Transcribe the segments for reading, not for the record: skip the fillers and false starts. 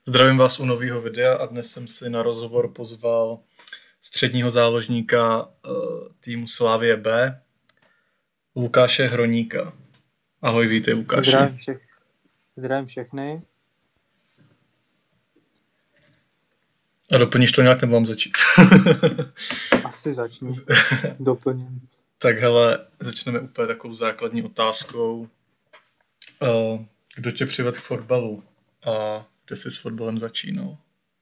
Zdravím vás u nového videa a dnes jsem si na rozhovor pozval středního záložníka týmu Slavie B, Lukáše Hroníka. Ahoj, vítej Lukáši. Zdravím všechny. A doplníš to nějak, nebo mám začít? Asi začnu. Doplním. Tak hele, začneme úplně takovou základní otázkou. Kdo tě přivedl k fotbalu a kde jsi s fotbalem začínal?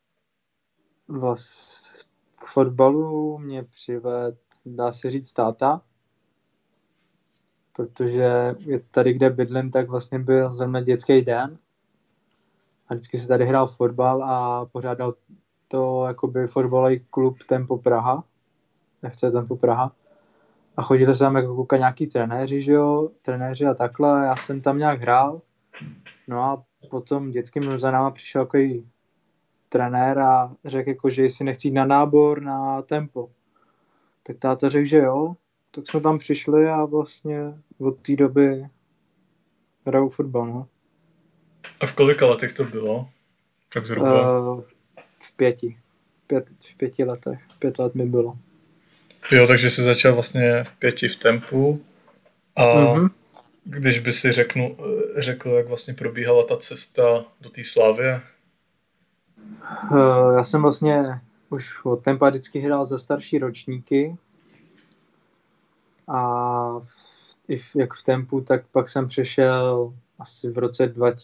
K fotbalu mě přivedl, dá se říct, táta, protože tady, kde bydlím, tak vlastně byl zrovna dětský den a vždycky se tady hrál fotbal a pořádal to jakoby fotbalový klub Tempo Praha, FC Tempo Praha. A chodili se tam jako koukat nějaký trenéři a takhle, já jsem tam nějak hrál. No a potom dětským za náma přišel takový trenér a řekl, jako, že jestli nechci jít na nábor na Tempo. Tak táta řekl, že jo, tak jsme tam přišli a vlastně od té doby hraju fotbal, no. A v kolika letech to bylo? Tak zhruba? V 5 letech. 5 let mi bylo. Jo, takže jsi začal vlastně v 5 v Tempu a když by si řekl, jak vlastně probíhala ta cesta do té Slavie? Já jsem vlastně už od Tempa vždycky hrál za starší ročníky a jak v Tempu, tak pak jsem přešel asi v roce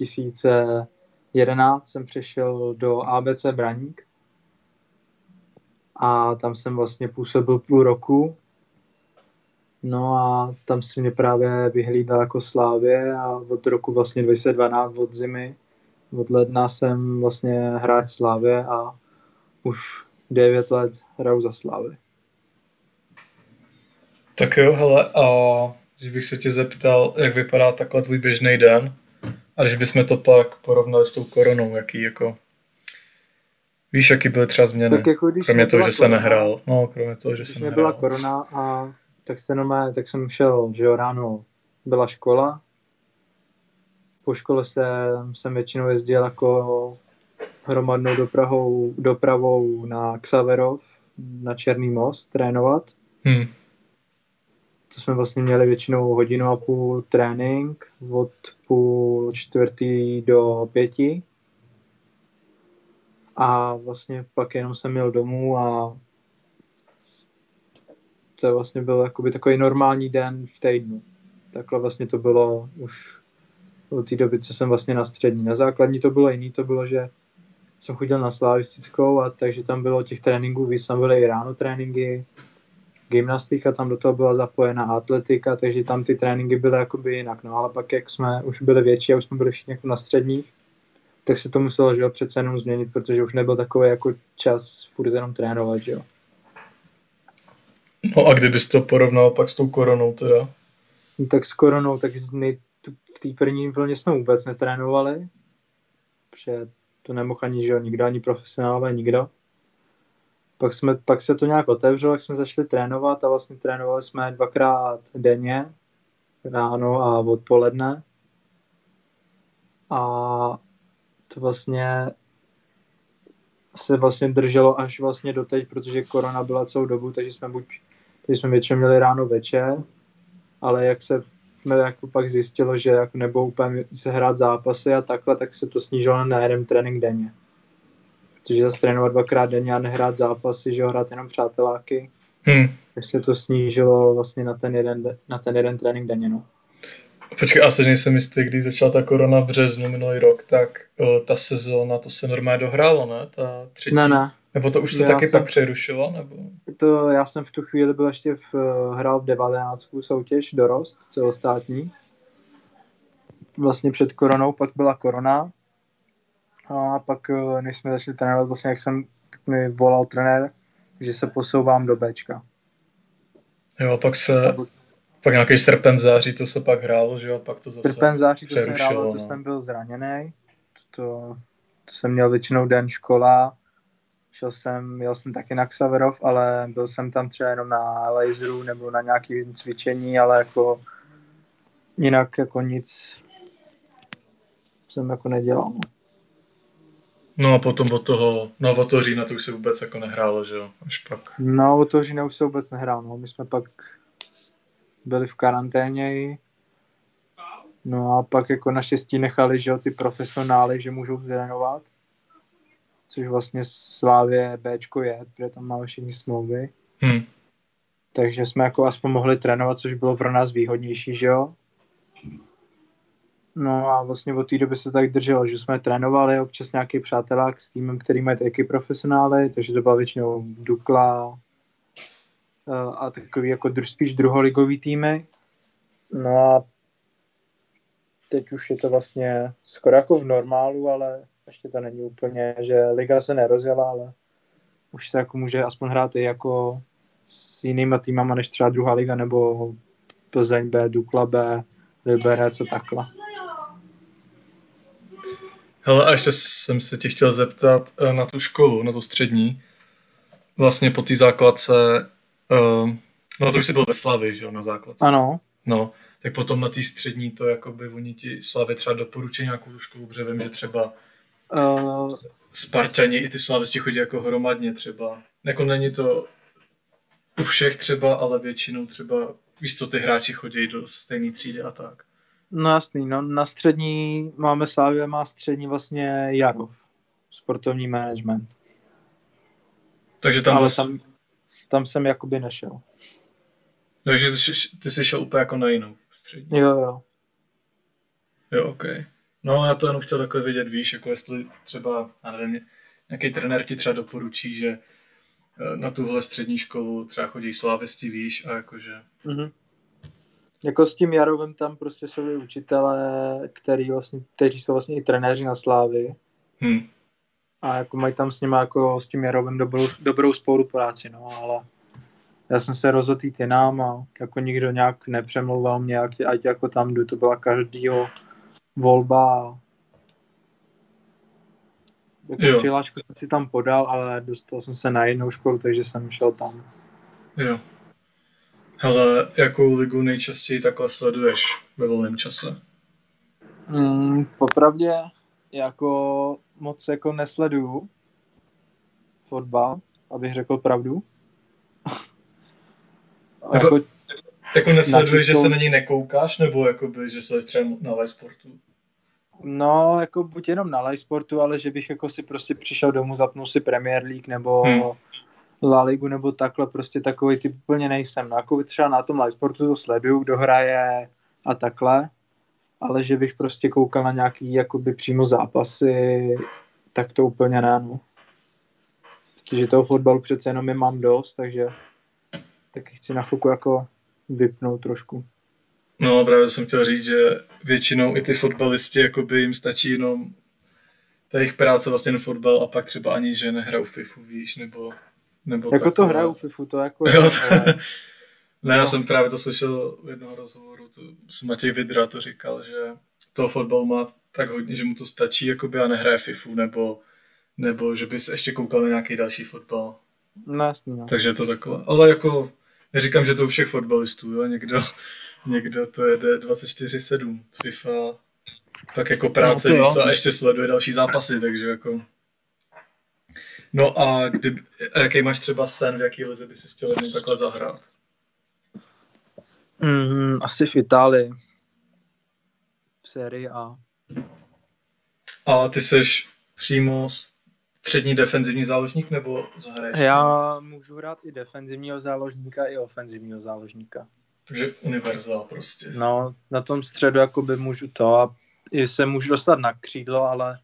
2011 jsem přešel do ABC Braník a tam jsem vlastně působil půl roku. No a tam se mě právě vyhlídal jako Slavie a od roku vlastně 2012 od zimy, od ledna jsem vlastně hráč Slavie a už 9 let hraju za Slavii. Tak jo, hele, a když bych se tě zeptal, jak vypadá takhle tvůj běžný den, a když bychom to pak porovnali s tou koronou, víš, jaký byly třeba změny, tak jako kromě toho, že se nehrál. No, kromě toho, že se nehrál. Byla korona a tak jsem šel, že jo, ráno byla škola. Po škole jsem většinou jezdil jako hromadnou dopravou na Xaverov, na Černý most trénovat. To jsme vlastně měli většinou 1,5 hodiny trénink od 3:30 do 5. A vlastně pak jenom jsem měl domů a to vlastně byl jakoby takový normální den v týdnu. Takhle vlastně to bylo už od té doby, co jsem vlastně na střední. Na základní to bylo jiný, to bylo, že jsem chodil na slavistickou a takže tam bylo těch tréninků, víc tam byly i ráno tréninky, gymnastika, tam do toho byla zapojena atletika, takže tam ty tréninky byly jakoby jinak. No ale pak, jak jsme už byli větší a už jsme byli všichni jako na středních, tak se to muselo, že jo, přece jenom změnit, protože už nebyl takový jako čas furt jenom trénovat, že jo. No a kdybys to porovnal pak s tou koronou teda? No, tak s koronou, tak v té první vlně jsme vůbec netrénovali, protože to nemohl ani, že jo, nikdo, ani profesionálové, nikdo. Pak se to nějak otevřelo, jak jsme začali trénovat a vlastně trénovali jsme 2krát denně, ráno a odpoledne. A to vlastně se vlastně drželo až vlastně doteď, protože korona byla celou dobu, takže jsme většinou měli ráno večer, ale jak jsme jako pak zjistilo, že jako nebudou úplně se hrát zápasy a takhle, tak se to snížilo na jeden trénink denně. Protože zase trénovat 2krát denně a nehrát zápasy, že ho hrát jenom přáteláky, tak se to snížilo vlastně na ten jeden trénink denně, no. Počkej, a teď nejsem jistý, když začala ta korona v březnu minulý rok, tak ta sezóna, to se normálně dohrálo, ne? Ta třetí? Ne. Nebo to už se taky pak přerušilo, nebo? Já jsem v tu chvíli byl ještě hrál v 19. soutěž dorost, celostátní. Vlastně před koronou, pak byla korona. A pak, než jsme začali trénovat, vlastně tak mi volal trenér, že se posouvám do Bčka. Jo, pak nějaký srpen, září, to se pak hrálo, že jo, pak to zase srpen, září to se hrálo, to jsem byl zraněný. To jsem měl většinou den škola. Jel jsem taky na Xaverov, ale byl jsem tam třeba jenom na laseru nebo na nějaký cvičení, ale jako jinak jako nic jsem jako nedělal. No a potom od toho října to už se vůbec jako nehrálo, že jo, až pak. No, od toho října už se vůbec nehrál, no. My jsme pak byli v karanténě. No a pak jako naštěstí nechali, že jo, ty profesionály, že můžou trénovat. Což vlastně Slávě Bčko je, protože tam máme všichni smlouvy. Takže jsme jako aspoň mohli trénovat, což bylo pro nás výhodnější, že jo. No a vlastně od té doby se tak drželo, že jsme trénovali občas nějaký přátelák s týmem, který mají taky profesionály, takže to byla většinou Dukla a takový jako spíš druholigový týmy. No a teď už je to vlastně skoro jako v normálu, ale ještě to není úplně, že liga se nerozjela, ale už se jako může aspoň hrát i jako s jinýma týmama než třeba druhá liga nebo Plzeň B, Dukla B, Liberec a takhle. Hele, a ještě jsem se tě chtěl zeptat na tu školu, na tu střední. Vlastně po té základce, no to už jsi byl ve Slavii, že jo, na základce. Ano. No, tak potom na té střední to jakoby oni ti Slavy třeba doporučí nějakou tu školu, protože vím, že třeba Spartani i ty slavisti chodí jako hromadně třeba. Jako není to u všech třeba, ale většinou třeba, víš co, ty hráči chodí do stejné třídy a tak. No jasný, no na střední máme Slavie, má střední vlastně Jarov, sportovní management. Takže tam ale tam jsem jakoby nešel. Takže ty jsi šel úplně jako na jinou střední. Jo. Jo, ok. No já to jenom chtěl takhle vědět, víš, jako jestli třeba, já nevím, nějaký trenér ti třeba doporučí, že na tuhle střední školu třeba chodí slavisti, víš, a jakože... Jako s tím Jarovem tam prostě jsou učitelé, kteří jsou vlastně i trenéři na Slávii. A jako mají tam s nimi jako s tím Jarovem dobrou spolupráci, no, ale já jsem se rozhodl jít jinam a jako nikdo nějak nepřemlouval mě, ať jako tam jdu, to byla každýho volba. Jako přihlášku jsem si tam podal, ale dostal jsem se na jinou školu, takže jsem šel tam. Jo. Hele, jakou ligu nejčastěji takhle sleduješ ve volném čase? Popravdě jako moc jako nesleduju fotbal, abych řekl pravdu. Jako nesleduješ, že se na něj nekoukáš, nebo jakoby, že sleduješ třeba na live sportu? No, jako buď jenom na live sportu, ale že bych jako si prostě přišel domů, zapnul si Premier League nebo La Ligu nebo takhle, prostě takový typ úplně nejsem. No, jako třeba na tom live sportu to sleduju, kdo hraje a takhle, ale že bych prostě koukal na nějaký jakoby přímo zápasy, tak to úplně ne, no. Protože toho fotbalu přece jenom je mám dost, takže taky chci na chvilku jako vypnout trošku. No, právě jsem chtěl říct, že většinou i ty fotbalisti, jakoby jim stačí jenom ta jejich práce vlastně na fotbal a pak třeba ani, že nehrajou FIFU, víš, nebo jako takové. to hrajou FIFU, to jako... Jo, ne, já jsem právě to slyšel u jednoho rozhovoru, to Matěj Vidra to říkal, že toho fotbalu má tak hodně, že mu to stačí jakoby a nehraje FIFU, nebo že bys ještě koukal na nějaký další fotbal. No, jasný, no. Takže to takové, ale jako neříkám, že to u všech fotbalistů, jo, někdo to jede 24/7 FIFA, tak jako práce, víš co, a ještě sleduje další zápasy, takže jako... No a jaký máš třeba sen, v jaký lize by si chtěl jednou takhle zahrát? Asi v Itálii. V sérii A. A ty seš přímo střední defenzivní záložník, nebo zahraješ? Já můžu hrát i defenzivního záložníka, i ofenzivního záložníka. Takže univerzál prostě. No, na tom středu jakoby můžu to a i se můžu dostat na křídlo, ale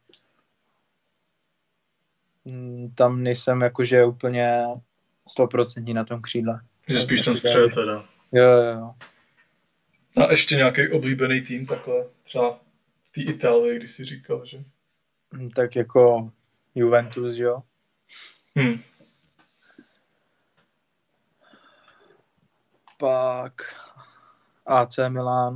tam nejsem jakože úplně 100% na tom křídle. Že spíš ten střed teda. Jo. A ještě nějaký oblíbený tým takhle, třeba v té Itálii, když jsi říkal, že? Tak jako Juventus, jo. Pak AC Milan.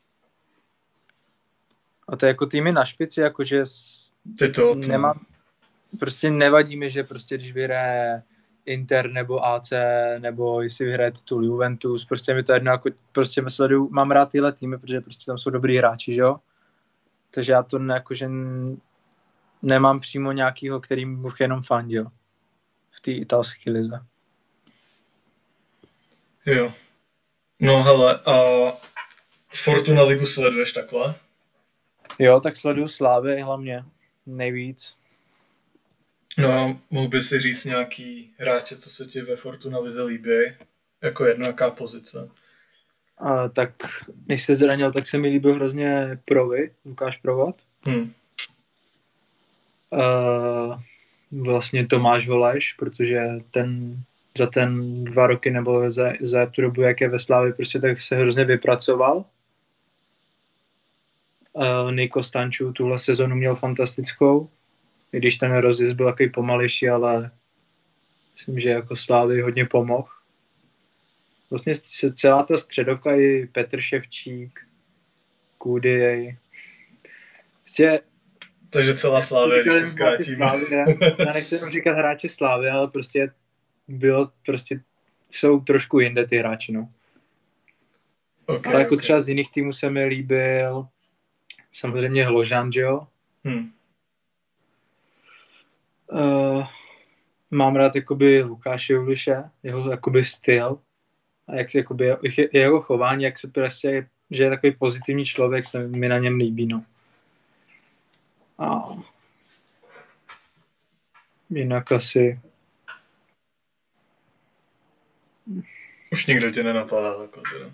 A to je jako týmy na špici, jakože nemám, prostě nevadí mi, že prostě když vyhraje Inter nebo AC, nebo jestli vyhraje titul Juventus, prostě mi to jedno, jako prostě sleduju, mám rád tyhle týmy, protože prostě tam jsou dobrý hráči, že jo. Takže já to jakože nemám přímo nějakýho, kterým bych jenom fandil v té italské lize. Jo. No hele, a Fortuna ligu sleduješ takhle? Jo, tak sleduju Slávy hlavně nejvíc. No a mohl by si říct nějaký hráče, co se ti ve Fortuna lize líbí? Jako jaká pozice? Tak než se zranil, tak se mi líbil hrozně Provy, Lukáš Provat. Vlastně Tomáš Holeš, protože za ten 2 roky nebo za tu dobu, jak je ve Slávě, prostě tak se hrozně vypracoval. Niko Stančů tuhle sezonu měl fantastickou, i když ten rozjezd byl takový pomalejší, ale myslím, že jako Slávy hodně pomohl. Vlastně celá ta středovka, i Petr Ševčík, Kudy, prostě takže celá Slávě, když to zkrátíme. Já nechci jenom říkat hráči Slávy, ale prostě jsou trošku jinde ty hráči, no. Okay, ale jako třeba z jiných týmů se mi líbil samozřejmě Hložan, že jo? Mám rád jakoby Lukáše Juliše, jeho jakoby styl a jak jakoby jeho chování, jak se prostě, že je takový pozitivní člověk, se mi na něm líbí, no. A jinak asi už nikdo tě nenapadá jako, že?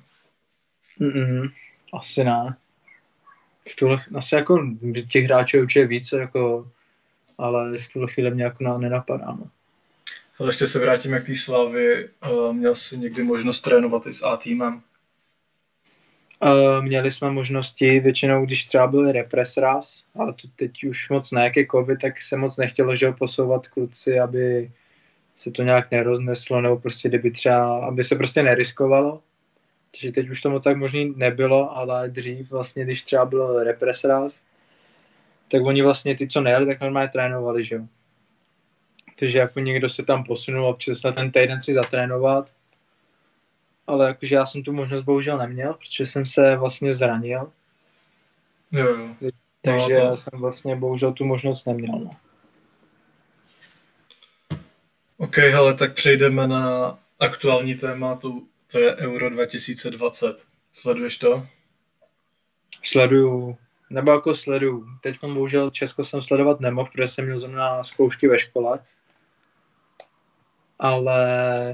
Asi ne. Asi jako těch hráčů určitě více, jako, ale v tuhle chvíli mě jako nenapadá. No. Ale ještě se vrátím k té Slávy. Měl jsi někdy možnost trénovat i s A týmem? Měli jsme možnosti, většinou když třeba byl represraz, ale to teď už moc ne, jak je covid, tak se moc nechtělo, že ho posouvat kluci, aby se to nějak nerozneslo, nebo prostě kdyby třeba, aby se prostě neriskovalo. Takže teď už tomu tak možný nebylo, ale dřív vlastně, když třeba byl represraz, tak oni vlastně ty, co nejeli, tak normálně trénovali, že jo. Takže jako někdo se tam posunul občas na ten týden si zatrénovat, ale jakože já jsem tu možnost bohužel neměl, protože jsem se vlastně zranil. Jo. Takže já jsem vlastně bohužel tu možnost neměl. No. OK, hele, tak přejdeme na aktuální téma, to je Euro 2020. Sleduješ to? Sleduju. Teď bohužel Česko jsem sledovat nemohl, protože jsem měl zrovna zkoušky ve škole. Ale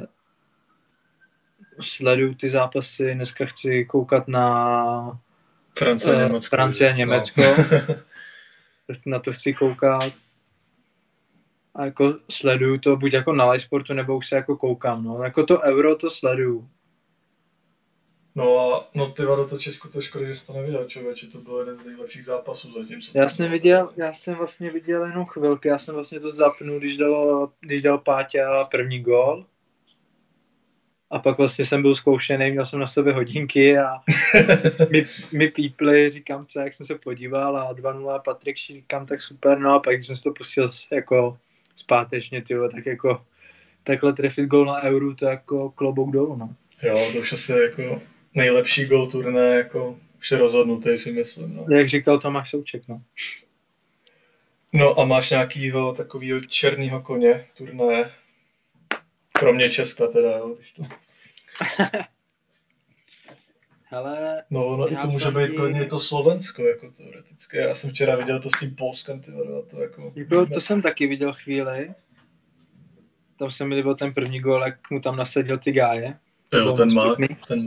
sleduju ty zápasy, dneska chci koukat na Francie a Německo. No. Na to chci koukat. A jako sleduju to buď jako na live sportu, nebo už se jako koukám. No. Jako to Euro to sleduju. No ty vado, to Česko, to škoda, že jsi to neviděl, člověče, to byl jeden z nejlepších zápasů zatím. Já jsem vlastně viděl jenom chvilky, já jsem vlastně to zapnul, když dal Páťa první gól. A pak vlastně jsem byl zkoušený, měl jsem na sebe hodinky a mi pípli, říkám co, jak jsem se podíval a 2-0 Patrik, říkám tak super, no a pak když jsem si to pustil jako zpátečně, tyjo, tak jako takhle trefit gól na Euro, to jako klobouk dolů, no. Jo, to už asi jako nejlepší gól turné, jako už je rozhodnutý, si myslím, no. Jak říkal Tomáš Souček, no. No a máš nějakýho takovýho černýho koně turnaje? Kromě Česka teda, jo, když to... Hele, no i to může být klidně to Slovensko, jako teoreticky. Já jsem včera viděl to s tím Polskem, ty vado, to jako... To jsem taky viděl chvíli. Tam se mi líbil ten první gól, jak mu tam nasadil ty gáje. Jo, ten mák.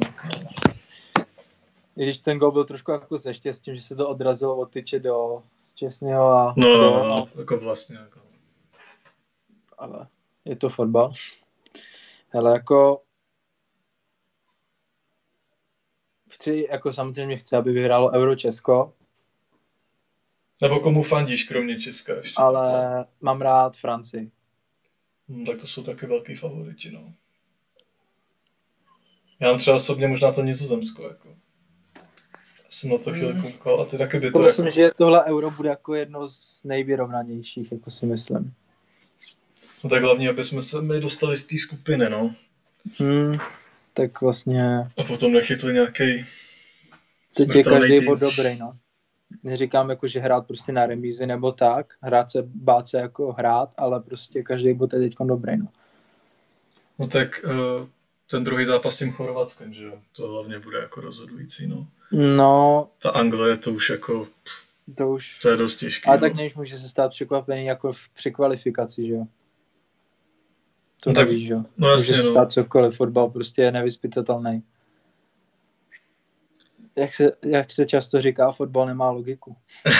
I když ten gól byl trošku jako se štěstím, že se to odrazilo od tyče do Šťastného a... No, jako vlastně. Jako. Ale je to fotbal. Hele, jako... Samozřejmě chci, aby vyhrálo Euro Česko. Nebo komu fandíš, kromě Česka ještě? Ale mám rád Francii. Tak to jsou taky velký favoriti, no. Já mám třeba osobně možná to Nizozemsko, jako. Já jsem na to chvíli koukal a ty taky by to... Myslím, že tohle Euro bude jako jedno z nejvyrovnanějších, jako si myslím. No tak hlavně, aby jsme se dostali z té skupiny, no. Tak vlastně... A potom nechytli nějaký... Teď je každý bod dobrý, no. Neříkám jako, že hrát prostě na remízi nebo tak, bát se jako hrát, ale prostě každý bod je teď dobrý, no. No tak ten druhý zápas s tím Chorvatskem, že jo? To hlavně bude jako rozhodující, no. No. Ta Anglie to už jako... To je dost těžký, ale tak než může se stát překvapený jako při kvalifikaci, že jo? To no nevíš, že jo? No jasně, může se stát cokoliv, fotbal prostě je nevyzpytatelný. Jak se často říká, fotbal nemá logiku.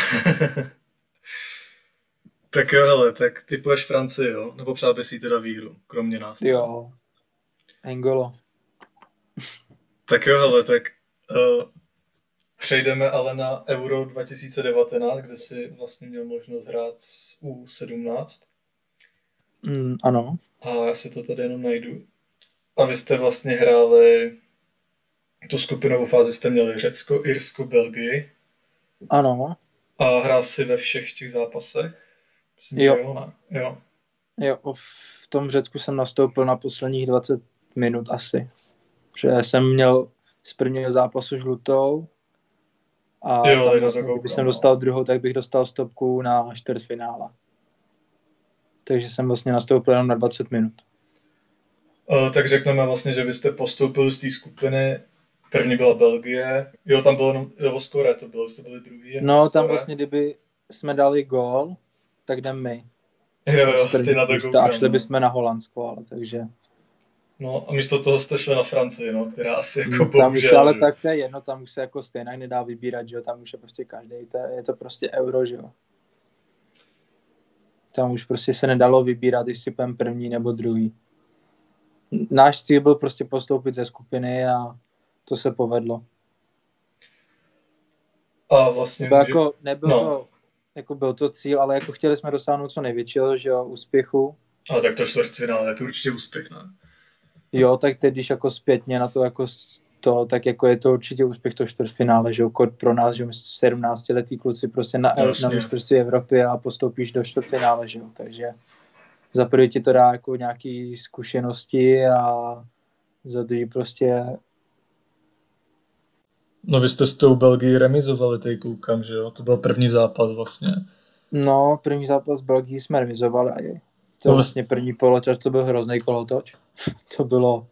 Tak jo, hele, tak typuješ Francii, jo? Nebo přál bys jí teda výhru, kromě nás. Jo. Engolo. Tak jo, hele, tak přejdeme ale na Euro 2019, kde si vlastně měl možnost hrát s U17. Ano. A já si to tady jenom najdu. A vy jste vlastně hráli, tu skupinovou fázi jste měli Řecko, Irsko, Belgii. Ano. A hrál si ve všech těch zápasech? Myslím, jo. Že jo, ne? Jo. Jo, v tom Řecku jsem nastoupil na posledních 20 minut asi. Že jsem měl z prvního zápasu žlutou a jo, tam vlastně, když jsem dostal druhou, tak bych dostal stopku na čtvrtfinále. Takže jsem vlastně nastoupil jenom na 20 minut. Tak řekneme vlastně, že vy jste postoupili z té skupiny. První byla Belgie. Jo, tam bylo jenom skóre, to bylo, jste byli druhý. No, tam vlastně, kdyby jsme dali gól, tak jdeme my. Jo, ty na to koukám. A šli bychom na Holandsko, ale takže... No a místo toho jste šli na Francii, no, která asi jako bohužel... Tam už, ale tak to je jedno, tam už se jako stejně nedá vybírat, že jo, tam už je prostě každý, je to prostě euro, že jo. Tam už prostě se nedalo vybírat, jestli půjdeme první nebo druhý. Náš cíl byl prostě postoupit ze skupiny a to se povedlo. A vlastně... Jako, byl to cíl, ale jako chtěli jsme dosáhnout co největšího, že jo, úspěchu. Ale tak to čtvrtfinále, tak určitě úspěch, ne? Jo, tak teď, když jako zpětně na to jako tak jako je to určitě úspěch to čtvrtfinále, že jo, pro nás, že 17letí kluci prostě na mistrovství Evropy a postoupíš do čtvrtfinále, že jo, takže za první ti to dá jako nějaký zkušenosti a za druhý prostě... No vy jste s tou Belgii remizovali, tady koukám, že jo, to byl první zápas vlastně. No, první zápas s Belgii jsme remizovali a je. To vlastně první polotoč, to byl hrozný kolotoč. To bylo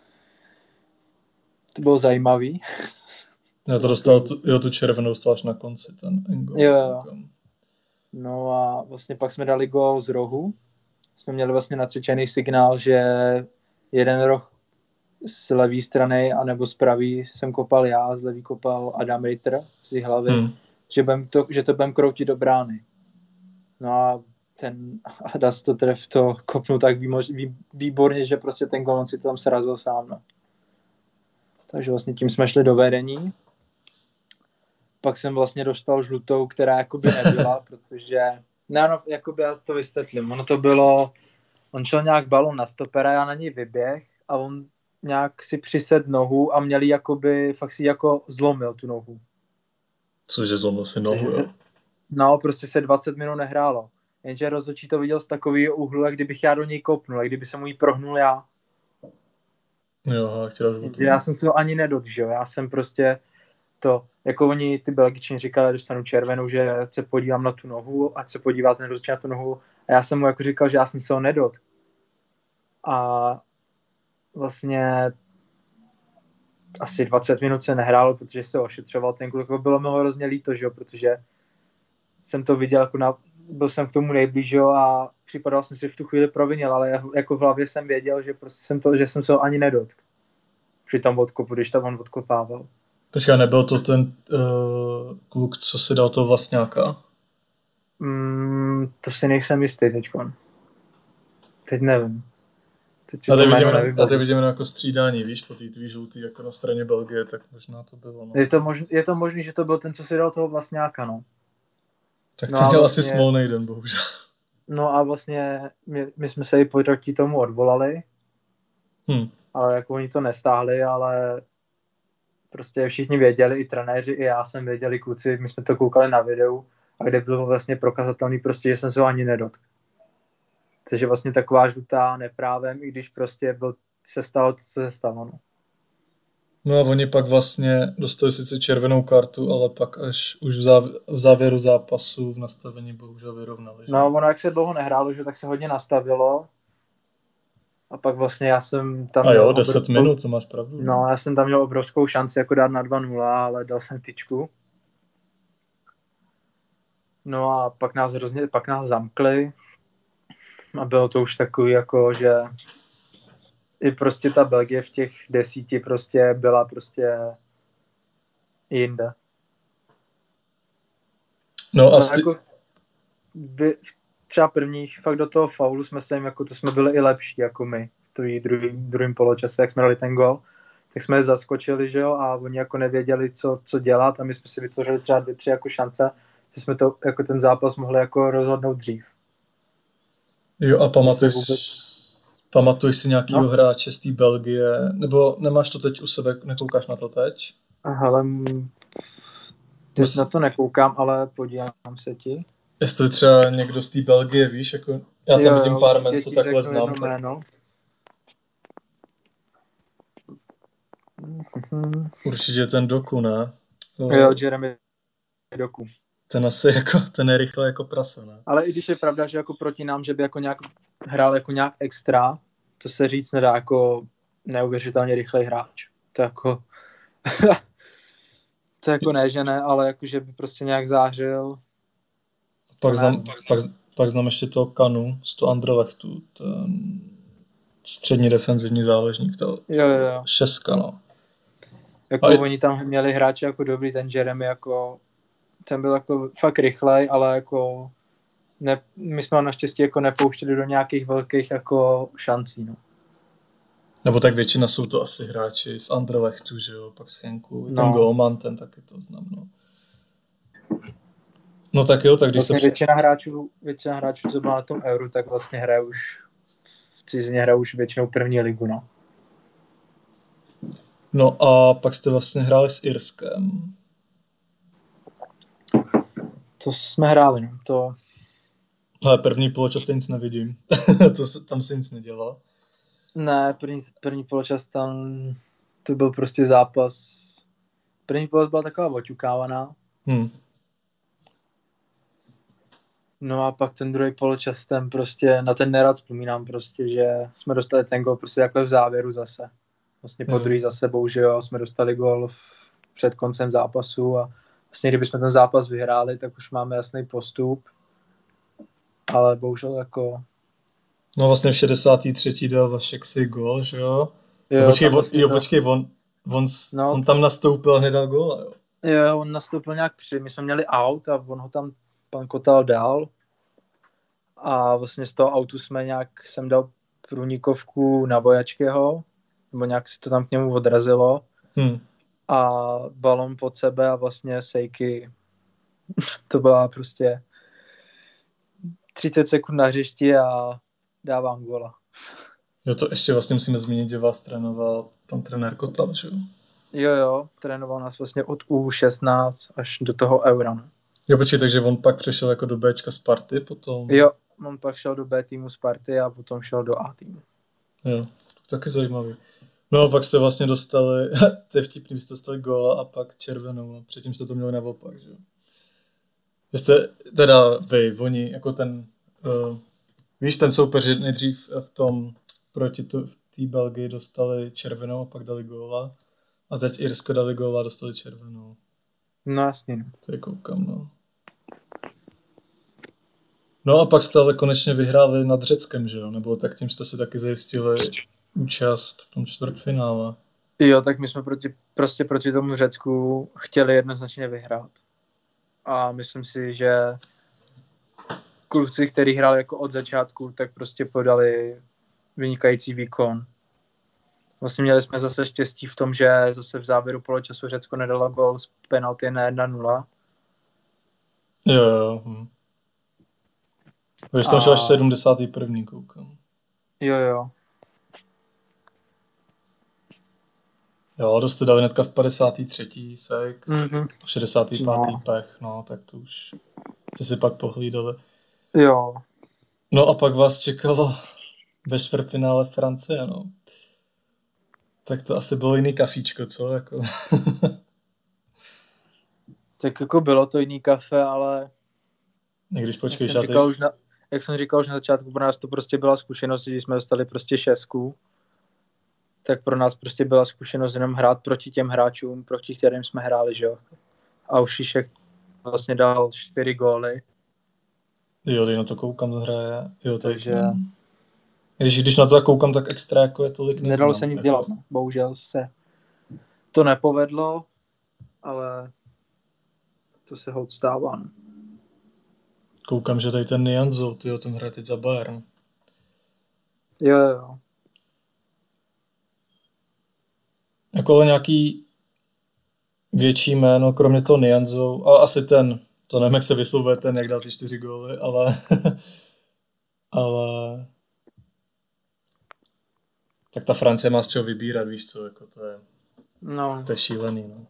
zajímavý. Já to dostal, tu červenou dostal až na konci, ten gól. Jo. No a vlastně pak jsme dali gól z rohu. Jsme měli vlastně nacvičený signál, že jeden roh z levé strany anebo z pravý jsem kopal já, z levý kopal Adam Ritter z hlavy, že to budem kroutit do brány. No a ten Adas to kopnul tak výborně, že prostě ten gól si to tam srazil sám. No. Takže vlastně tím jsme šli do vedení. Pak jsem vlastně dostal žlutou, která jakoby nebyla, protože... No, jakoby já to vysvětlím. Ono to bylo... On šel nějak balon na stopera, já na něj vyběh a on nějak si přised nohu a měli jakoby... Fakt si jako zlomil tu nohu. Cože zlomil si nohu, jo? No, prostě se 20 minut nehrálo. Jenže rozhodčí to viděl z takového úhlu, jak kdybych já do něj kopnul, jak kdyby se mu jí prohnul já. Jo, já jsem se ho ani nedot, že jo, já jsem prostě to, jako oni, ty Belgičani říkali, dostanu červenou, že se podívám na tu nohu, ať se podívá ten rozhodčí na tu nohu, a já jsem mu jako říkal, že já jsem se ho nedot. A vlastně asi 20 minut se nehrálo, protože se ošetřoval ten kluk, bylo mi hrozně líto, že jo, protože jsem to viděl, jako byl jsem k tomu nejblíž, jo, a připadal jsem si v tu chvíli provinil, ale jako v hlavě jsem věděl, že prostě že jsem se ho ani nedotk. Při tom odkopu, když tam on odkopával. Počkej, nebyl to ten kluk, co si dal toho Vlastňáka? To si nejsem jistý teďkon. Teď nevím. A teď vidíme jako střídání, víš, po té tvý žlutý jako na straně Belgie, tak možná to bylo. No. Je to možný, že to byl ten, co si dal toho Vlastňáka, no. Tak to měl vlastně... asi smolnej den, bohužel. No a vlastně my jsme se i proti tomu odvolali, ale jako oni to nestáhli, ale prostě všichni věděli, i trenéři, i já jsem věděli, kluci, my jsme to koukali na videu, a kde bylo vlastně prokazatelný prostě, že jsem se ho ani nedotkl. Takže vlastně taková žlutá neprávem, i když prostě se stalo to, co se stalo. No. No a oni pak vlastně dostali sice červenou kartu, ale pak až už v závěru zápasu v nastavení bohužel vyrovnali. Že? No ono jak se dlouho nehrálo, že tak se hodně nastavilo. A pak vlastně já jsem tam A jo, měl 10 minut, to máš pravdu. No, já jsem tam měl obrovskou šanci jako dát na 2-0, ale dal jsem tyčku. No a pak nás zamkli. A bylo to už takový jako, že i prostě ta Belgie v těch 10 prostě byla prostě jinde. No a jako třeba prvních fakt do toho faulu jsme se jim, jako to jsme byli i lepší jako my v druhém poločase, jak jsme dali ten gol, tak jsme je zaskočili, že jo, a oni jako nevěděli, co dělat a my jsme si vytvořili třeba 2-3 jako šance, že jsme to jako ten zápas mohli jako rozhodnout dřív. Jo a pamatuješ si nějakýho hráče z té Belgie, nebo nemáš to teď u sebe, nekoukáš na to teď? Hele, teď na to nekoukám, ale podívám se ti. Jestli třeba někdo z té Belgie, víš, jako já tam vidím pár men, co takhle znám. Určitě ten Doku, ne? Jo, Jeremy Doku. Ten je rychle jako prase, ne? Ale i když je pravda, že jako proti nám, že by jako nějak hrál jako nějak extra, to se říct nedá, jako neuvěřitelně rychlej hráč. To jako to jako ne, že ne, ale jako, že by prostě nějak zářil. Pak znám ještě toho Kanu z toho Anderlechtu, ten střední defenzivní záložník, to jo. šestka, no. Jako oni tam měli hráče jako dobrý, ten Jeremy jako, ten byl jako fakt rychlej, ale jako my jsme ho naštěstí jako nepouštěli do nějakých velkých jako šancí, no. Nebo tak většina jsou to asi hráči z Anderlechtu, že jo, pak z Henku, ten Golman, ten taky to znám, no. No tak jo, tak když vlastně většina hráčů, co byla na tom Euru, tak vlastně hraje už v cizině hraje už většinou první ligu, no. No a pak jste vlastně hráli s Irskem. To jsme hráli, no, to... Ale první poločas nic nevidím, tam se nic nedělo. Ne, první poločas tam, to byl prostě zápas, první poločas byla taková oťukávaná. No a pak ten druhý poločas, ten prostě, na ten nerad vzpomínám prostě, že jsme dostali ten gol prostě takhle v závěru zase. Vlastně po druhý za sebou, že jo, jsme dostali gol před koncem zápasu a vlastně kdybychom ten zápas vyhráli, tak už máme jasný postup. Ale bohužel jako... No vlastně v 63. dal Vašek si gol, že jo? Počkej, on tam nastoupil a nedal góla, jo? Jo, on nastoupil nějak my jsme měli aut a on ho tam pan Kotal dal a vlastně z toho autu jsem dal průnikovku na Vojačkého, nebo nějak se to tam k němu odrazilo a balon pod sebe a vlastně sejky, to byla prostě 30 sekund na hřišti a dávám góla. Jo, to ještě vlastně musíme zmínit, že vás trénoval pan trenér Kotal, že jo? Jo, trénoval nás vlastně od U16 až do toho Eura. Ne? Jo, počkej, takže on pak přešel jako do Bčka Sparty potom? Jo, on pak šel do B týmu Sparty a potom šel do A týmu. Jo, taky zajímavý. No a pak jste vlastně dostali, to je vtipný, jste dostali góla a pak červenou, a předtím jste to měli naopak, že jo? Jste, teda oni, jako ten, víš, ten soupeř nejdřív v té Belgii dostali červenou a pak dali góla a teď Irsko dali góla a dostali červenou. No jasně. To je koukám, no. No a pak jste ale konečně vyhráli nad Řeckem, že jo? Nebo tak tím jste si taky zajistili účast v tom čtvrtfinále. Jo, tak my jsme proti tomu Řecku chtěli jednoznačně vyhrát. A myslím si, že kluci, kteří hráli jako od začátku, tak prostě podali vynikající výkon. Vlastně měli jsme zase štěstí v tom, že zase v závěru poločasu Řecko nedalo gól z penalty na 1-0. Jo. Víš, tam šel až 71. koukám. Jo. Jo, to jste dali hnedka v 53. sek, v 65. pech, no, tak to už jste si pak pohlídali. Jo. No a pak vás čekalo ve čtvrtfinále Francie, no. Tak to asi bylo jiný kafíčko, co? Jako... Tak jako bylo to jiný kafe, ale I když jak počkej, jsem říkal už jak jsem říkal už na začátku, pro nás to prostě byla zkušenost, když jsme dostali prostě 6, tak pro nás prostě byla zkušenost jenom hrát proti těm hráčům, proti kterým jsme hráli, že jo. A už Šišek vlastně dal 4 góly. Jo, teď na to koukám, to hraje. Jo, takže když na to tak koukám, tak extra jako je tolik neznám. Nedalo se nic jako... dělat, no. Bohužel se to nepovedlo, ale to se holt stává. No. Koukám, že tady ten Nianzo, tyjo, ten hraje teď za Bayern. Jo. Jako ale nějaký větší jméno, kromě toho Nianzo, a asi ten, to nevím, jak se vyslovuje ten, jak dal ty 4 góly, ale ale tak ta Francie má z čeho vybírat, víš co, jako to je šílený, no.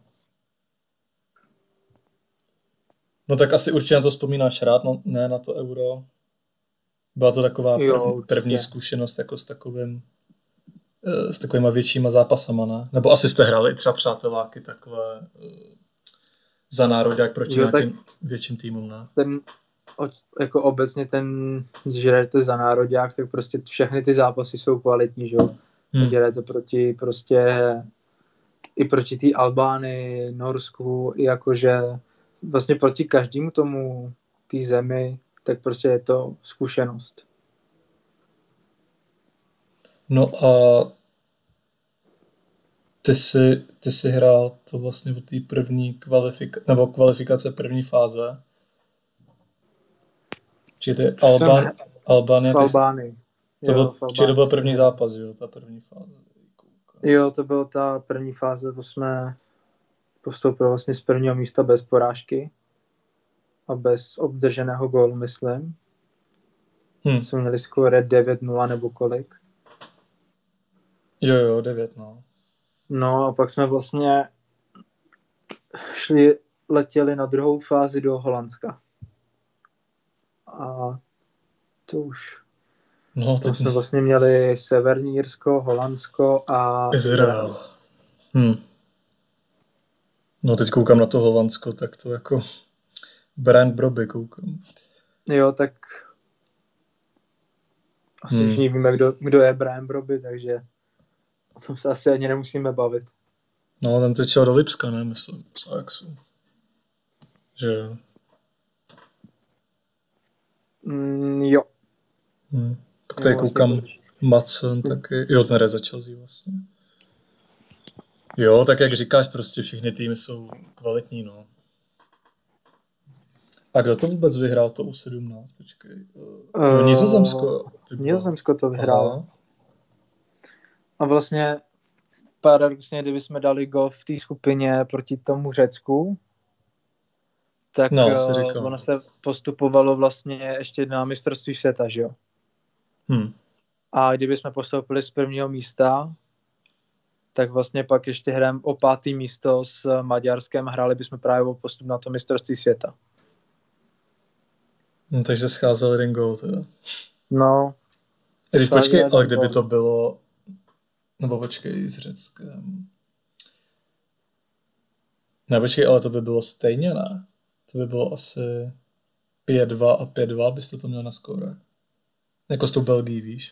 No tak asi určitě na to vzpomínáš rád, no, ne na to Euro. Byla to taková první zkušenost jako s takovýma většíma zápasama, ne? Nebo asi jste hráli třeba přáteláky takové za nároďák proti nějakým větším týmům, ne? Jako obecně když hrajete za nároďák, tak prostě všechny ty zápasy jsou kvalitní, že jo? Hrajete proti té Albánii, Norsku, i jakože vlastně proti každému tomu té zemi, tak prostě je to zkušenost. No a ty jsi hrál to vlastně v té první kvalifikace první fáze. Či ty Albánie. V Albánii. To byl první zápas, jo, ta první fáze. Jo, to byla ta první fáze, to jsme postoupili vlastně z prvního místa bez porážky a bez obdrženého gólu, myslím. Jsme měli skóre 9-0 nebo kolik. Jo, 9, no. No a pak jsme vlastně letěli na druhou fázi do Holandska. A to už... No, tam jsme vlastně měli Severní Irsko, Holandsko a Izrael. No teď koukám na to Holandsko, tak to jako Brian Brobby koukám. Jo, tak asi všichni víme, kdo je Brian Brobby, takže o tom se asi ani nemusíme bavit. No, ten teď šel do Lipska, ne, myslím, z Ajaxu. Že jo. Jo. Pak tady koukám Madsen taky. Jo, ten za Chelsea vlastně. Jo, tak jak říkáš, prostě všechny týmy jsou kvalitní, no. A kdo to vůbec vyhrál, to U17? Počkej. Nizozemsko. Nizozemsko to vyhrálo. A vlastně paradoxně, kdyby jsme dali gól v té skupině proti tomu Řecku, tak ono se postupovalo vlastně ještě na mistrovství světa, že jo? A kdyby jsme postoupili z prvního místa, tak vlastně pak ještě hrajeme o 5. místo s Maďarskem a hráli bychom právě o postup na to mistrovství světa. No, takže scházel jeden gól teda. No. Když počkej, ale kdyby to bylo... Nebo počkej, s Řeckem. Ne, počkej, ale to by bylo stejně, ne? To by bylo asi 5-2 a 5-2, byste to měl na skóre. Jako s tou Belgií, víš?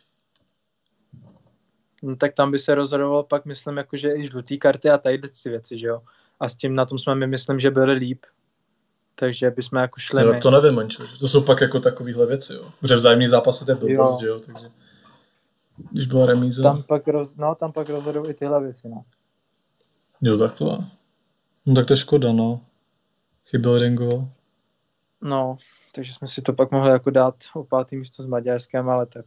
No, tak tam by se rozhodovalo pak, myslím, jakože i žlutý karty a tady ty věci, že jo? A s tím na tom jsme myslím, že byli líp. Takže bychom jako šli tak to nevím, Mančo. To jsou pak jako takovýhle věci, jo. Protože vzájemný zápasy to je blbost, jo, takže... Když byla remíza... Tam pak rozhodují i tyhle věci, no. Jo, takhle. No tak to je škoda, no. Chyběl jeden gól. No, takže jsme si to pak mohli jako dát o 5. místo s Maďarskem, ale tak...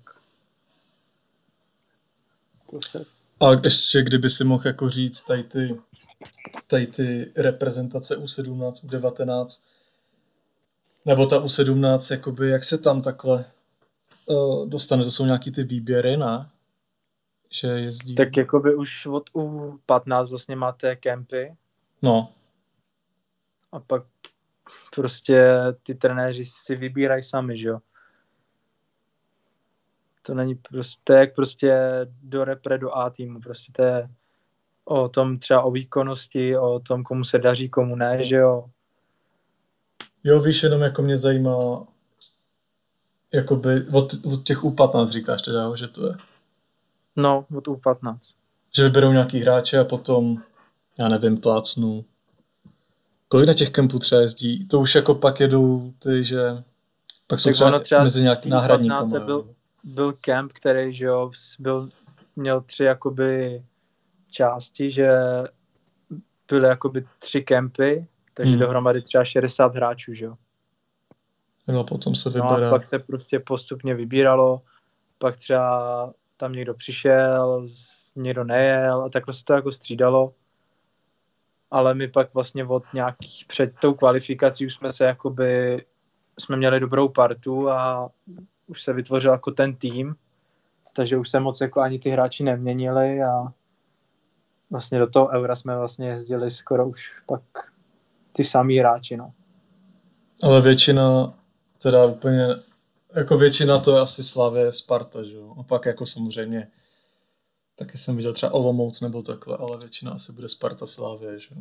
A ještě kdyby si mohl jako říct tady ty reprezentace U17, U19, nebo ta U17, jakoby, jak se tam takhle dostane, to jsou nějaký ty výběry, ne? Že jezdí. Tak jakoby už od U15 vlastně máte kempy. No. A pak prostě ty trenéři si vybírají sami, že jo? To není prostě jak prostě do repre do A týmu, prostě to je o tom třeba o výkonnosti, o tom, komu se daří, komu ne, že jo. Jo, víš, jenom jako mě zajímá, jakoby od těch U15 říkáš teda, jo, že to je. No, od U15. Že vyberou nějaký hráče a potom, já nevím, plácnu. Kolik na těch kempů třeba jezdí? To už jako pak jedou ty, že pak jsou Tak třeba mezi nějaký náhradníkama. Byl kemp, který, že jo, měl 3 jakoby části, že byly jakoby 3 kempy, takže dohromady třeba 60 hráčů, že jo. No, potom se No vybere. a pak se prostě postupně vybíralo, pak třeba tam někdo přišel, někdo nejel a takhle se to jako střídalo. Ale my pak vlastně od nějakých před tou kvalifikací už jsme měli dobrou partu a už se vytvořil jako ten tým, takže už se moc jako ani ty hráči neměnili a vlastně do toho Eura jsme vlastně jezdili skoro už pak ty samý hráči, no. Ale většina, teda úplně, jako většina to je asi Slavie Sparta, že jo. A pak jako samozřejmě, taky jsem viděl třeba Olomouc nebo takhle, ale většina asi bude Sparta Slavie, že jo.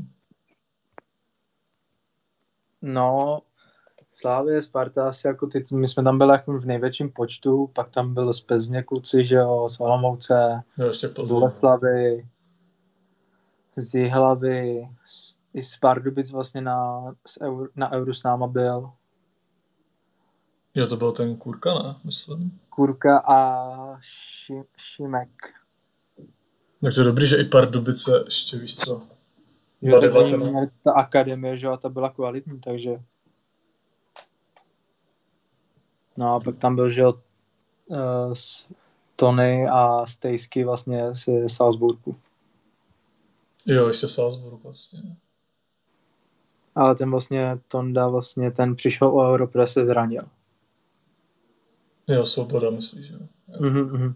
No, Slavie, Sparta asi jako my jsme tam byli jako v největším počtu, pak tam byl z Plzně kluci, že jo, z Olomouce, z Boleslavy, z Jihlavy, i z Pardubic vlastně na Euru s náma byl. Jo, to byl ten Kurka, ne? Myslím. Kurka a Šimek. Tak to je dobrý, že i Pardubice ještě, víš co? Jo, tak oni měli ta akademie, že a ta byla kvalitní, takže... No a pak tam byl, že Tony a Stejsky vlastně z Salzburgu. Jo, ještě Salzburg vlastně. Ale ten vlastně, Tonda vlastně, ten přišel o Euro, protože se zranil. Jo, Svoboda myslíš, jo. Mm-hmm.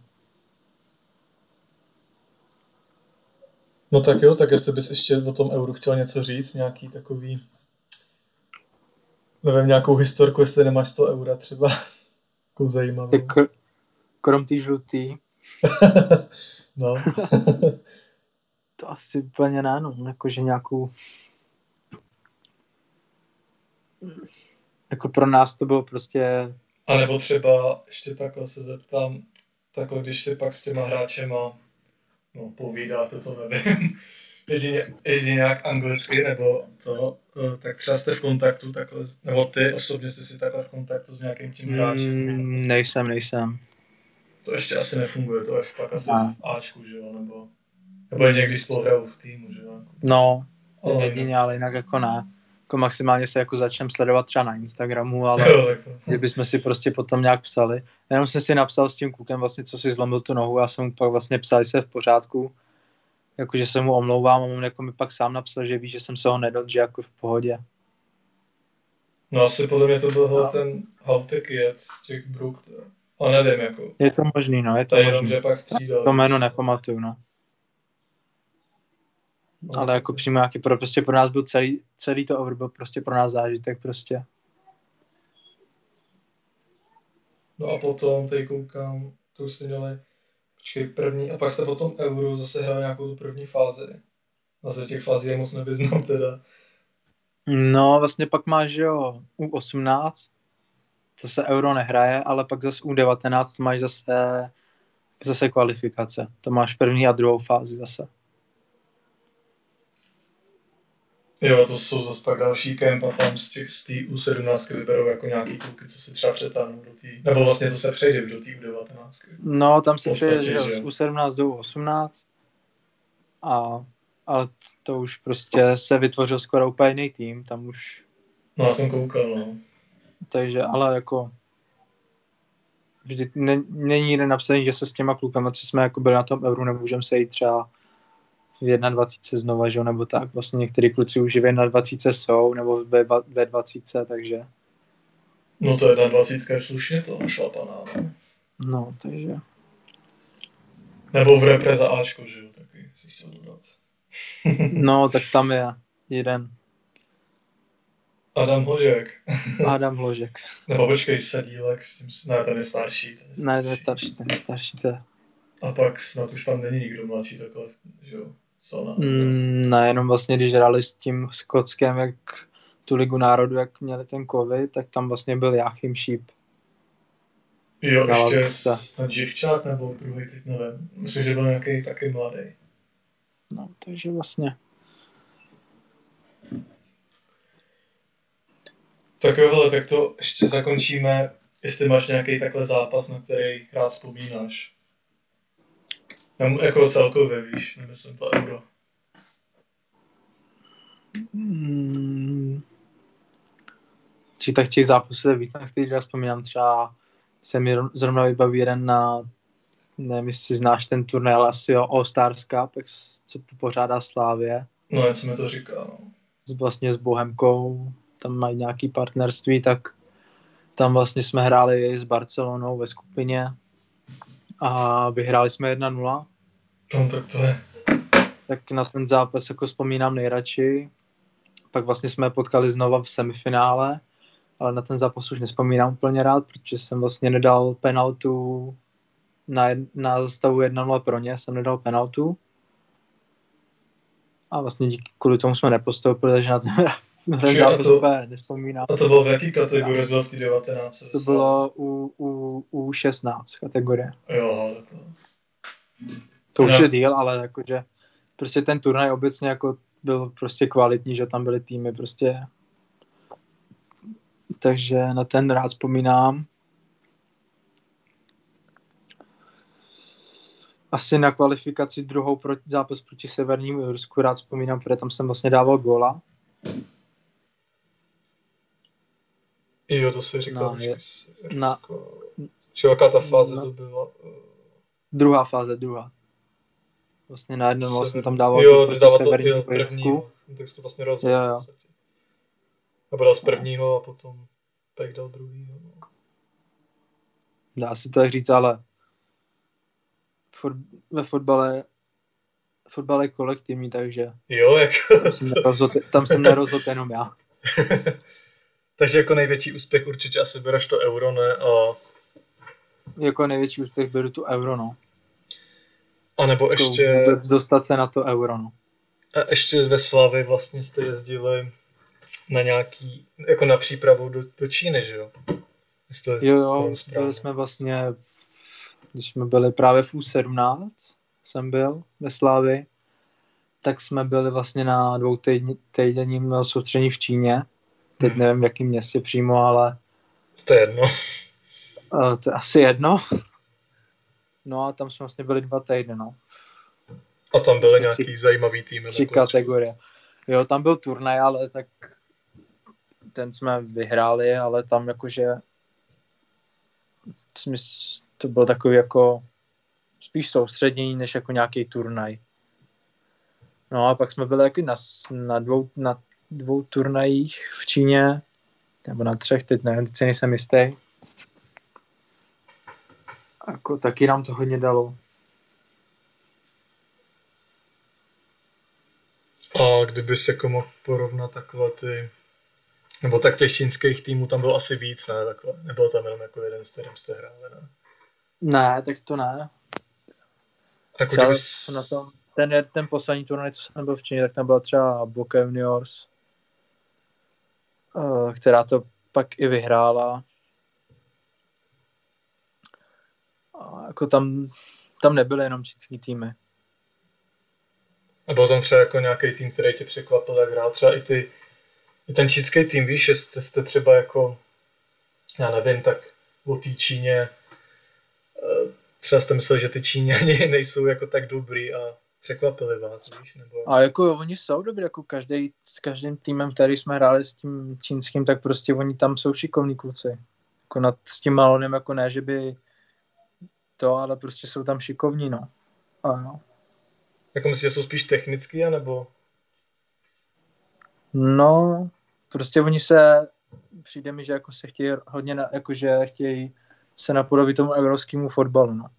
No tak jo, tak jestli bys ještě o tom Euru chtěl něco říct, nějaký takový, nevím, nějakou historku, jestli nemáš 100 eura třeba, takovou zajímavou. Tak krom tý žlutý. No. To asi úplně ne, no, jakože nějakou... Jako pro nás to bylo prostě... A nebo třeba, ještě takhle se zeptám, takhle když si pak s těma hráčema, no povídáte, to nevím, jedině nějak anglicky, nebo to, tak třeba jste v kontaktu takhle, nebo ty osobně jsi si takhle v kontaktu s nějakým tím hráčem? Nejsem. To ještě asi nefunguje, to je pak asi v Ačku, že jo, nebo je někdy spolu hrajou v týmu, že jo? No, jedině, ale jinak jako ne. Jako maximálně se jako začneme sledovat třeba na Instagramu, ale kdybychom si prostě potom nějak psali. Jenom jsem si napsal s tím klukem vlastně, co si zlomil tu nohu, já jsem mu pak vlastně psal, že se v pořádku, jakože se mu omlouvám a on jako mi pak sám napsal, že ví, že jsem se ho nedal, že jako v pohodě. No asi podle mě to byl ten Hautek Jec z těch Brook, ale nevím jako. Je to možný, no, je to možný. Jenom, že pak střídal. To jméno nepamatuju, no. Ale jako přímo nějaký prostě pro nás byl celý to Euro byl prostě pro nás zážitek prostě. No a potom tady koukám, to už jste měli, první, a pak jste potom Euro zase hrali nějakou tu první fázi. Vlastně těch fází je moc nevyznám teda. No vlastně pak máš, jo, U18, to se Euro nehraje, ale pak zase U19 to máš zase kvalifikace. To máš první a druhou fázi zase. Jo, to jsou zase pak další kemp a tam z té U17 vyberou jako nějaký kluky, co si třeba přetáhnou do té, nebo vlastně to se přejde do té U19. No, tam se přejde z U17 do U18, ale to už prostě se vytvořil skoro úplně jiný tým, tam už... No, já jsem koukal, no. Takže, ale jako... Vždy není nikde napsaný, že se s těma klukama, co jsme jako byli na tom Euru, nemůžeme se jít třeba v 21 znova, že? Nebo tak. Vlastně některý kluci už v 21 jsou, nebo ve 20, takže... No to 21 je slušně to našlapaná, no. No, takže... Nebo v repre za Ačko, že jo, taky si chtěl dodat. No, tak tam je jeden. Adam Hložek. Adam Hložek. Nebo počkej, Sadílek s tím, ne, ten je starší. Ne, ten je starší, to je. A pak snad už tam není nikdo mladší takhle, že jo. Co ne? Ne, jenom vlastně, když hráli s tím Skotskem, jak tu ligu národu, jak měli ten covid, tak tam vlastně byl Jáchym Šíp. Jo, Dává ještě místa. snad Živčák nebo druhý, teď nevím. Myslím, že byl nějaký taky mladý. No, takže vlastně. Tak jo, hele, tak to ještě zakončíme, jestli máš nějaký takhle zápas, na který rád vzpomínáš. Jako celkově, víš, nemyslím to Euro. Tak těch zápasů je víc, na který já vzpomínám. Třeba se mi zrovna vybaví jeden na, nevím, jestli znáš ten turnaj, ale asi jo, All Stars Cup, co pořádá Slávě. No, něco mi to říká, no. Vlastně s Bohemkou, tam mají nějaký partnerství, tak tam vlastně jsme hráli s Barcelonou ve skupině a vyhráli jsme 1-0. No, tak to je. Tak na ten zápas jako vzpomínám nejradši. Pak vlastně jsme potkali znova v semifinále, ale na ten zápas už nespomínám úplně rád, protože jsem vlastně nedal penaltu na stavu 1-0 pro ně, jsem nedal penaltu. A vlastně kvůli tomu jsme nepostoupili, takže na ten zápas úplně nespomínám. A to bylo v jaký kategorii? Bylo v té 19? To bylo u 16 kategorie. Jo, takhle. To už je díl, ale jakože prostě ten turnaj obecně jako byl prostě kvalitní, že tam byly týmy prostě. Takže na ten rád vzpomínám. Asi na kvalifikaci druhou zápas proti Severnímu Irsku rád vzpomínám, protože tam jsem vlastně dával góla. Jo, to si říkal, jaká ta fáze to byla? Druhá fáze. Vlastně na jednom vlastně tam dával Severnímu Irsku. Tak jsi to vlastně rozhodl. Jo. Nebo dal z prvního a potom pak dal druhýho. No. Dá se to tak říct, ale ve fotbale je kolektivní, takže jo, jako tam jsem nerozhodl jenom já. Takže jako největší úspěch určitě asi bereš to Euro, ne? A... Jako největší úspěch beru tu Euro, no. A nebo ještě... Vůbec dostat se na to Euro, no. A ještě ve Slavii vlastně jste jezdili na nějaký, jako na přípravu do Číny, že jo? Jo, byli jsme vlastně, když jsme byli právě v U17, jsem byl ve Slavii, tak jsme byli vlastně na 2týdenním soustředění v Číně. Teď nevím, v jakém městě přímo, ale... To je jedno. To je asi jedno. No a tam jsme vlastně byli 2 týdny, no. A tam byly nějaký zajímavý týmy? 3 kategorie. Jo, tam byl turnaj, ale tak ten jsme vyhráli, ale tam jakože to bylo takový jako spíš soustředění, než jako nějaký turnaj. No a pak jsme byli jako na dvou turnajích v Číně, nebo na 3, teď nevím, teď si nejsem jistý. Jako taky nám to hodně dalo. A kdybys jako mohl porovnat takhle ty, nebo tak těch čínských týmů tam bylo asi víc, ne? Takhle. Nebyl tam jenom jako jeden, s kterým jste hráli, ne? Ne, tak to ne. Jako na tom, ten poslední turnaj, co jsem byl v Číně, tak tam byla třeba Boca Juniors, která to pak i vyhrála. A jako tam nebyly jenom čínský týmy. A byl tam třeba jako nějaký tým, který tě překvapil, jak hrál třeba i ten čínský tým, víš, že jste třeba jako, já nevím, tak o té Číně, třeba jste mysleli, že ty Číňani nejsou jako tak dobrý a překvapili vás, víš, nebo... A jako oni jsou dobrý, jako s každým týmem, který jsme hráli s tím čínským, tak prostě oni tam jsou šikovní kluci. Jako s tím Malonem, jako ne, že by to, ale prostě jsou tam šikovní, no. A jo. Jako myslíš, že jsou spíš technický, anebo? No, prostě oni se, přijde mi, že jako se chtějí hodně, jakože chtějí se napodobit tomu evropskému fotbalu, no.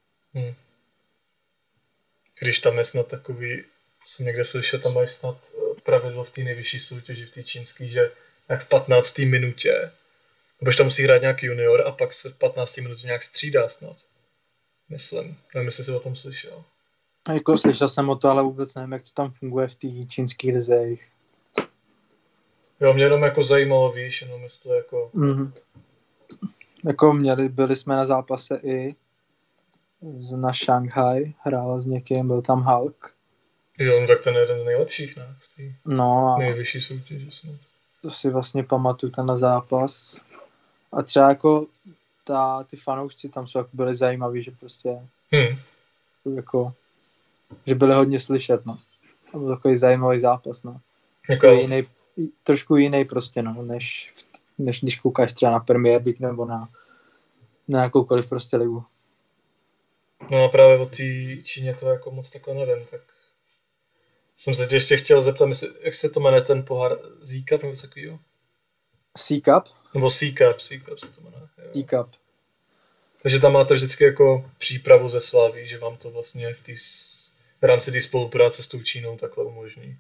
Když tam je snad takový, jsem někde slyšel, tam mají snad pravidlo v té nejvyšší soutěži, v té čínský, že jak v 15. minutě, nebo tam musí hrát nějaký junior a pak se v 15. minutě nějak střídá snad. Myslím, nevím, jestli jsi o tom slyšel. Jako slyšel jsem o to, ale vůbec nevím, jak to tam funguje v té čínské lize jejich. Jo, mě jenom jako zajímalo, víš, jenom jestli jako... Jako byli jsme na zápase i na Shanghai, hrála s někým, byl tam Hulk. Jo, no tak ten je jeden z nejlepších, ne? V té nejvyšší soutěži snad. To si vlastně pamatuju ten zápas. A třeba jako ty fanoušci tam jsou jako byli zajímaví, že prostě jako, že byli hodně slyšet, no. To byl takový zajímavý zápas, no. Jako trošku jiný prostě, no, než když koukáš třeba na Premier League nebo na jakoukoliv prostě ligu. No a právě o té Číně to jako moc takhle nevím, tak jsem se tě ještě chtěl zeptat, jak se to jmenuje ten pohár Z-Cup nebo takovýho? C-Cup? Nebo C-Cup se to jmenuje. C-Cup. Takže tam máte vždycky jako přípravu ze Slaví, že vám to vlastně v rámci té spolupráce s tou Čínou takhle umožní.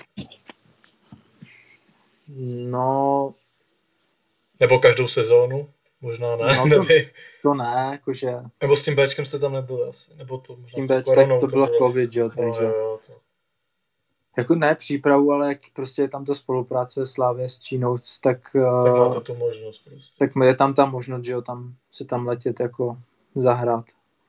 No... Nebo každou sezónu? Možná ne, no to ne, jakože... Nebo s tím Bčkem jste tam nebyli asi, nebo to možná s tím Bčkem to bylo covid, jo, takže... No, to. Jako ne přípravu, ale jak prostě je tam to spolupráce Slávě s Čínou, tak máte tu možnost prostě. Tak je tam ta možnost, že jo, tam letět jako zahrát.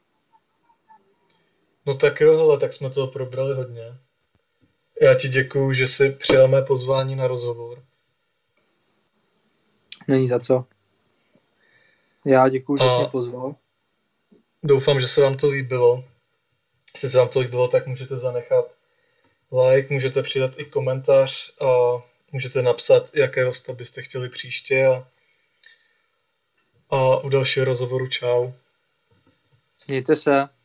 No tak jo, hele, tak jsme toho probrali hodně. Já ti děkuju, že jsi přijal mé pozvání na rozhovor. Není za co. Já děkuju, že jsi mě pozval. Doufám, že se vám to líbilo. Jestli se vám to líbilo, tak můžete zanechat like, můžete přidat i komentář a můžete napsat, jaké hosta byste chtěli příště a u dalšího rozhovoru čau. Mějte se.